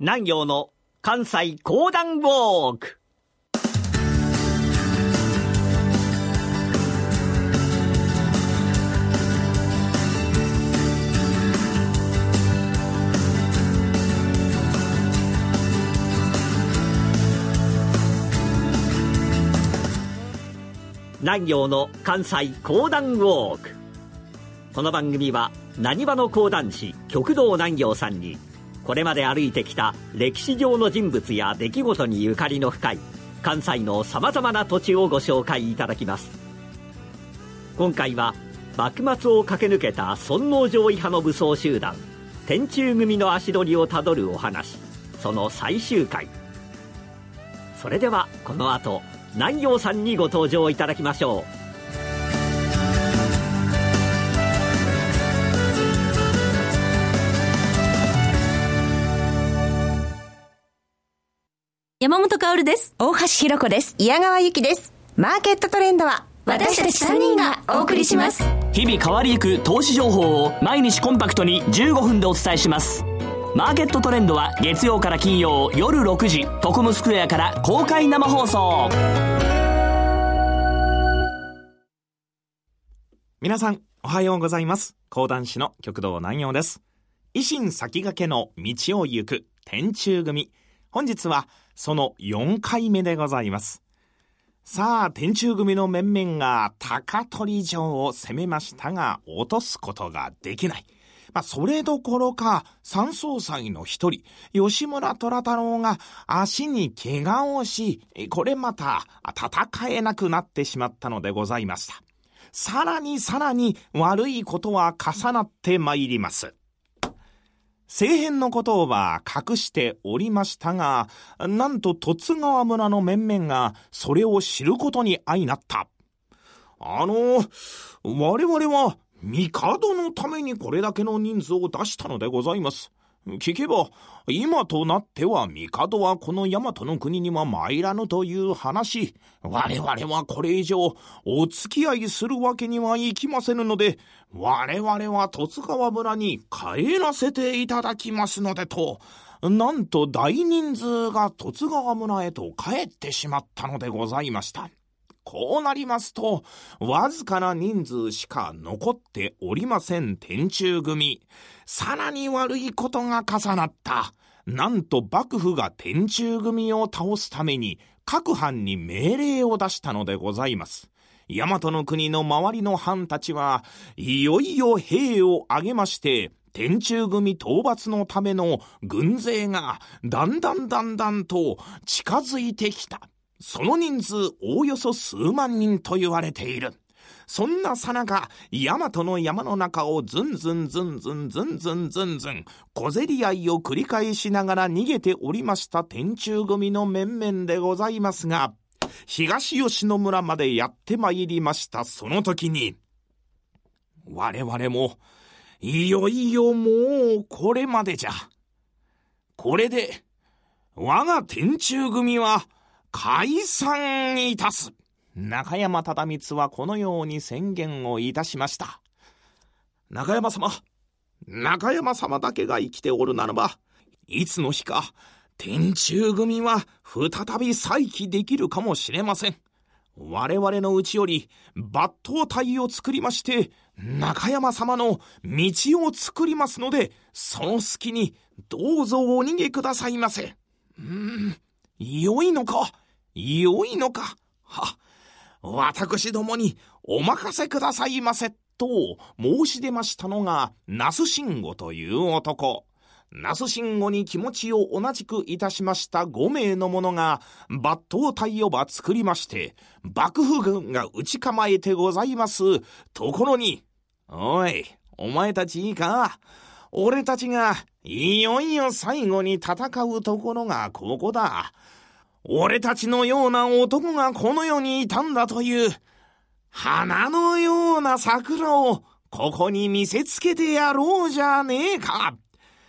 南陽の関西講談ウォーク。南陽の関西講談ウォーク。この番組はなにわの講談師旭堂南陽さんに、これまで歩いてきた歴史上の人物や出来事にゆかりの深い関西のさまざまな土地をご紹介いただきます。今回は幕末を駆け抜けた尊王攘夷派の武装集団天中組の足取りをたどるお話、その最終回。それではこの後南陽さんにご登場いただきましょう。 山本薫です。 大橋ひろ子です。宮川ゆきです。マーケットトレンドは私たち3人がお送りします。 日々変わりゆく投資情報を毎日コンパクトに15分でお伝えします。マーケットトレンドは月曜から金曜夜6時トコムスクエアから公開生放送。 皆さんおはようございます。講談師の旭堂南陽です。維新先駆けの道を行く天中組、本日はその4回目でございます。さあ、天中組の面々が高取城を攻めましたが落とすことができない。それどころか三総裁の一人吉村虎太郎が足に怪我をし、これまた戦えなくなってしまったのでございました。さらに悪いことは重なってまいります。政変のことは隠しておりましたが、なんと十津川村の面々がそれを知ることに相なった。我々は帝のためにこれだけの人数を出したのでございます。聞けば今となっては帝はこの大和の国には参らぬという話。我々はこれ以上お付き合いするわけにはいきませぬので、我々は十津川村に帰らせていただきますのでと、なんと大人数が十津川村へと帰ってしまったのでございました。こうなりますとわずかな人数しか残っておりません天中組。さらに悪いことが重なった。なんと幕府が天中組を倒すために各藩に命令を出したのでございます。大和の国の周りの藩たちはいよいよ兵を挙げまして、天中組討伐のための軍勢がだんだんと近づいてきた。その人数おおよそ数万人と言われている。そんなさなか大和の山の中をずんずん小競り合いを繰り返しながら逃げておりました天中組の面々でございますが、東吉野村までやってまいりましたその時に、我々もいよいよもうこれまでじゃ。これで我が天中組は解散いたす。中山忠光はこのように宣言をいたしました。中山様だけが生きておるならば、いつの日か天中組は再び再起できるかもしれません。我々のうちより抜刀隊を作りまして中山様の道を作りますので、その隙にどうぞお逃げくださいませ。良いのか。私どもにお任せくださいませと申し出ましたのが那須信吾という男。那須信吾に気持ちを同じくいたしました5名の者が抜刀隊を作りまして、幕府軍が打ち構えてございますところに、おい、お前たちいいか。俺たちがいよいよ最後に戦うところがここだ。俺たちのような男がこの世にいたんだという花のような桜をここに見せつけてやろうじゃねえか。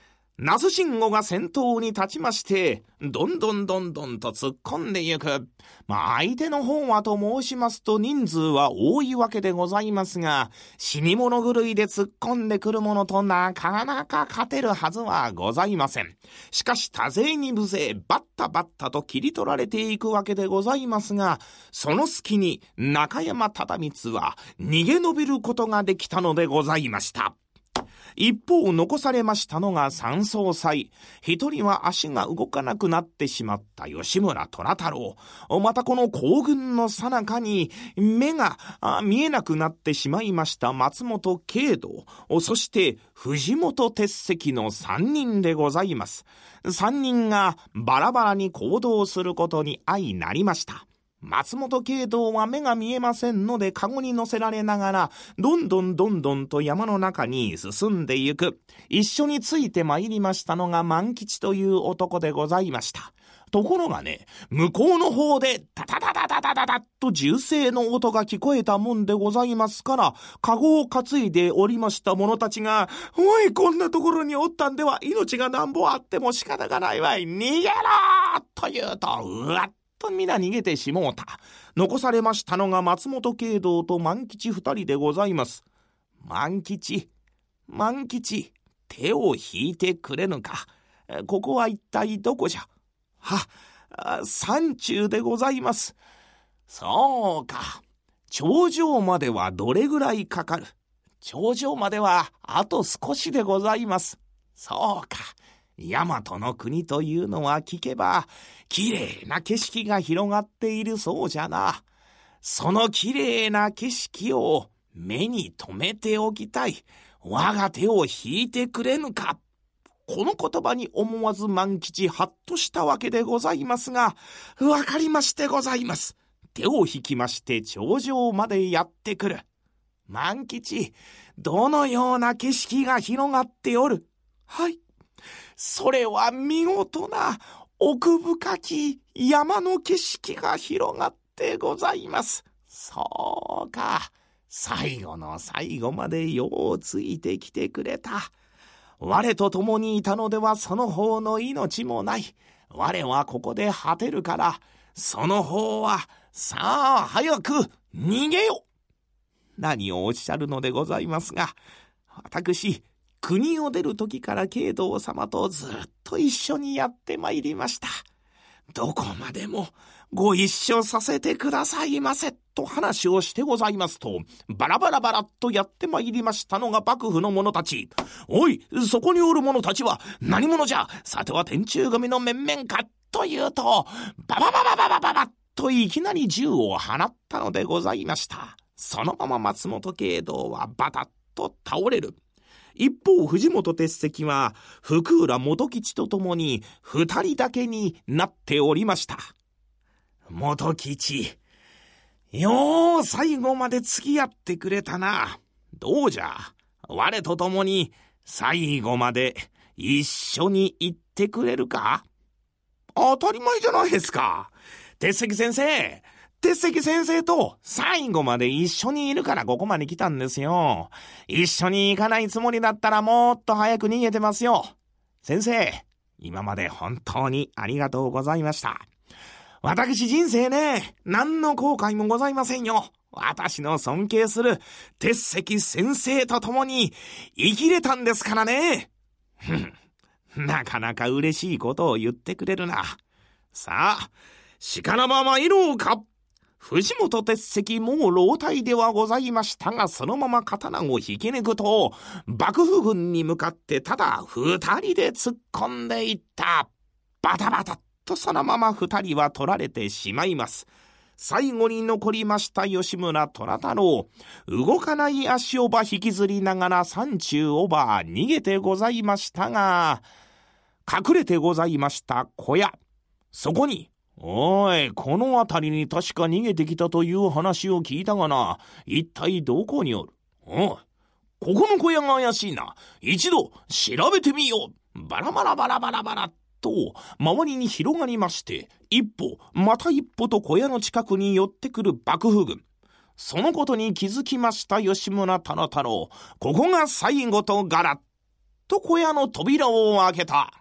那須信吾が先頭に立ちまして、どんどんと突っ込んでゆく。相手の方はと申しますと人数は多いわけでございますが、死に物狂いで突っ込んでくるものとなかなか勝てるはずはございません。しかし多勢に無勢、バッタと切り取られていくわけでございますが、その隙に中山忠光は逃げ延びることができたのでございました。一方残されましたのが三総裁。一人は足が動かなくなってしまった吉村虎太郎。またこの行軍の最中に目が見えなくなってしまいました松本慶道。そして藤本鉄石の3人でございます。3人がバラバラに行動することに相なりました。松本慶道は目が見えませんので、カゴに乗せられながらどんどんと山の中に進んでゆく。一緒について参りましたのが万吉という男でございました。ところがね、向こうの方でダダダダダダダダッと銃声の音が聞こえたもんでございますから、カゴを担いでおりました者たちが、おい、こんなところにおったんでは命がなんぼあっても仕方がないわい、逃げろと言うと、うわっ皆逃げてしもうた。残されましたのが松本慶道と万吉2人でございます。万吉、手を引いてくれぬか。ここは一体どこじゃ。山中でございます。そうか。頂上まではどれぐらいかかる。頂上まではあと少しでございます。そうか。大和の国というのは聞けば綺麗な景色が広がっているそうじゃな。その綺麗な景色を目に留めておきたい。我が手を引いてくれぬか。この言葉に思わず万吉ハッとしたわけでございますが、わかりましてございます。手を引きまして頂上までやってくる。万吉、どのような景色が広がっておる。はい。それは見事な奥深き山の景色が広がってございます。そうか。最後の最後までようついてきてくれた。我と共にいたのではその方の命もない。我はここで果てるから、その方はさあ早く逃げよ。何をおっしゃるのでございますが、私国を出る時から慶道様とずっと一緒にやってまいりました。どこまでもご一緒させてくださいませと話をしてございますと、バラバラっとやってまいりましたのが幕府の者たち。おい、そこにおる者たちは何者じゃ。さては天中組の面々かというと、ババといきなり銃を放ったのでございました。そのまま松本慶道はバタッと倒れる。一方藤本鉄石は福浦元吉と共に2人だけになっておりました。元吉、よう最後まで付き合ってくれたな。どうじゃ、我と共に最後まで一緒に行ってくれるか。当たり前じゃないですか。鉄石先生と最後まで一緒にいるからここまで来たんですよ。一緒に行かないつもりだったらもっと早く逃げてますよ。先生、今まで本当にありがとうございました。私人生ね、何の後悔もございませんよ。私の尊敬する鉄石先生と共に生きれたんですからね。なかなか嬉しいことを言ってくれるな。さあ、しからば参ろうか。藤本鉄石もう老体ではございましたが、そのまま刀を引き抜くと、幕府軍に向かってただ2人で突っ込んでいった。バタバタとそのまま2人は取られてしまいます。最後に残りました吉村虎太郎、動かない足をば引きずりながら山中をば逃げてございましたが、隠れてございました小屋、そこに、おい、この辺りに確か逃げてきたという話を聞いたがな、一体どこにおる。おい、ここの小屋が怪しいな。一度調べてみよう。バラバラと周りに広がりまして、一歩また一歩と小屋の近くに寄ってくる幕府軍。そのことに気づきました吉村虎太郎。ここが最後とガラッと小屋の扉を開けた。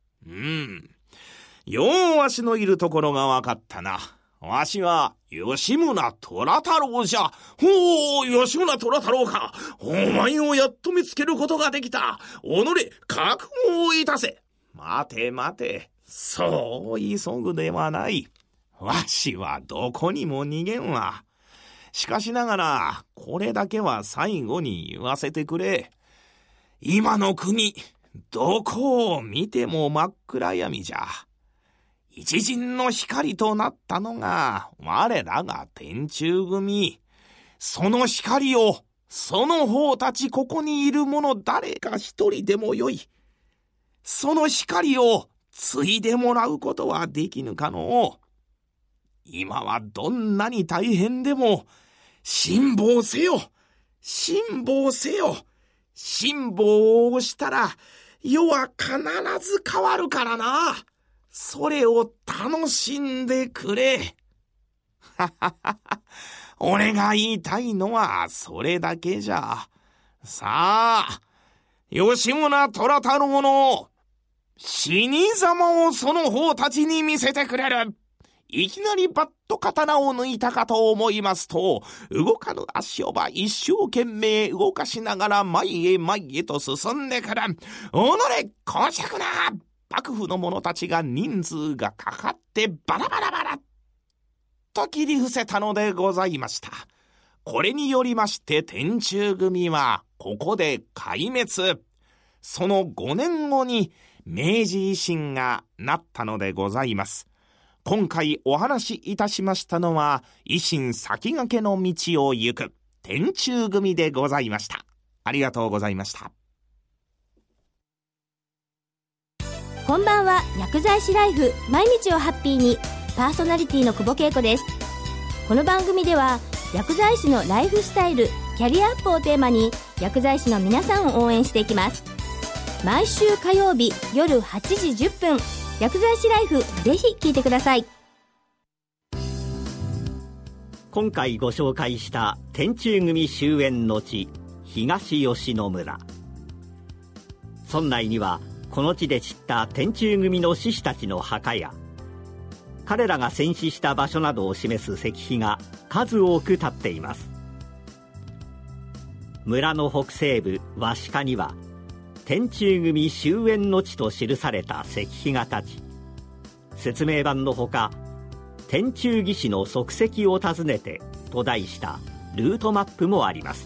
ようわしのいるところがわかったな。わしは吉村虎太郎じゃ。ほう、吉村虎太郎か。お前をやっと見つけることができた。己、覚悟をいたせ。待て待て。そう急ぐではない。わしはどこにも逃げんわ。しかしながら、これだけは最後に言わせてくれ。今の国、どこを見ても真っ暗闇じゃ。一陣の光となったのが我らが天中組。その光を、その方たちここにいる者誰か一人でもよい。その光を継いでもらうことはできぬかのう。今はどんなに大変でも、辛抱せよ。辛抱せよ。辛抱をしたら、世は必ず変わるからな。それを楽しんでくれ。俺が言いたいのはそれだけじゃ。さあ、吉村虎太郎の死に様をその方たちに見せてくれる。いきなりバッと刀を抜いたかと思いますと、動かぬ足をば一生懸命動かしながら前へ前へと進んでくる。おのれ、こしゃくな。幕府の者たちが人数がかかってバラバラバラと切り伏せたのでございました。これによりまして天中組はここで壊滅。その5年後に明治維新がなったのでございます。今回お話しいたしましたのは、維新先駆けの道を行く天中組でございました。ありがとうございました。 こんばんは。薬剤師ライフ毎日をハッピーに、パーソナリティの久保恵子です。この番組では薬剤師のライフスタイル、キャリアアップをテーマに薬剤師の皆さんを応援していきます。毎週火曜日夜8時10分、薬剤師ライフ、ぜひ聞いてください。 今回ご紹介した天中組終焉の地、東吉野村。村内にはこの地で散った天中組の志士たちの墓や、彼らが戦死した場所などを示す石碑が数多く立っています。村の北西部和鹿には、天中組終焉の地と記された石碑が立ち、説明板のほか、天中義士の足跡を訪ねてと題したルートマップもあります。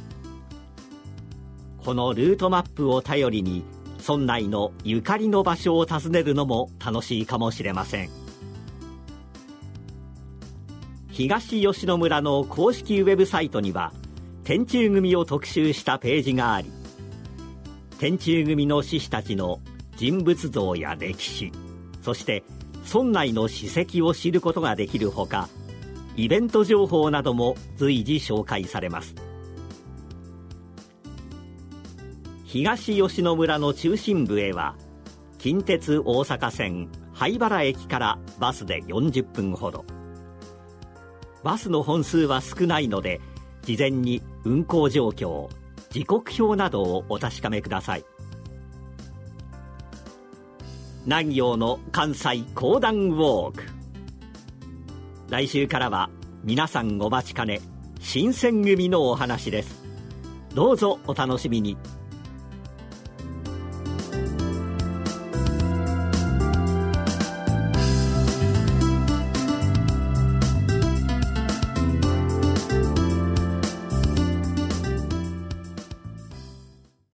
このルートマップを頼りに村内のゆかりの場所を訪ねるのも楽しいかもしれません。東吉野村の公式ウェブサイトには天中組を特集したページがあり、天中組の志士たちの人物像や歴史、そして村内の史跡を知ることができるほか、イベント情報なども随時紹介されます。東吉野村の中心部へは、近鉄大阪線灰原駅からバスで40分ほど。バスの本数は少ないので、事前に運行状況、時刻表などをお確かめください。南陽の関西講談ウォーク。来週からは皆さんお待ちかね、新選組のお話です。どうぞお楽しみに。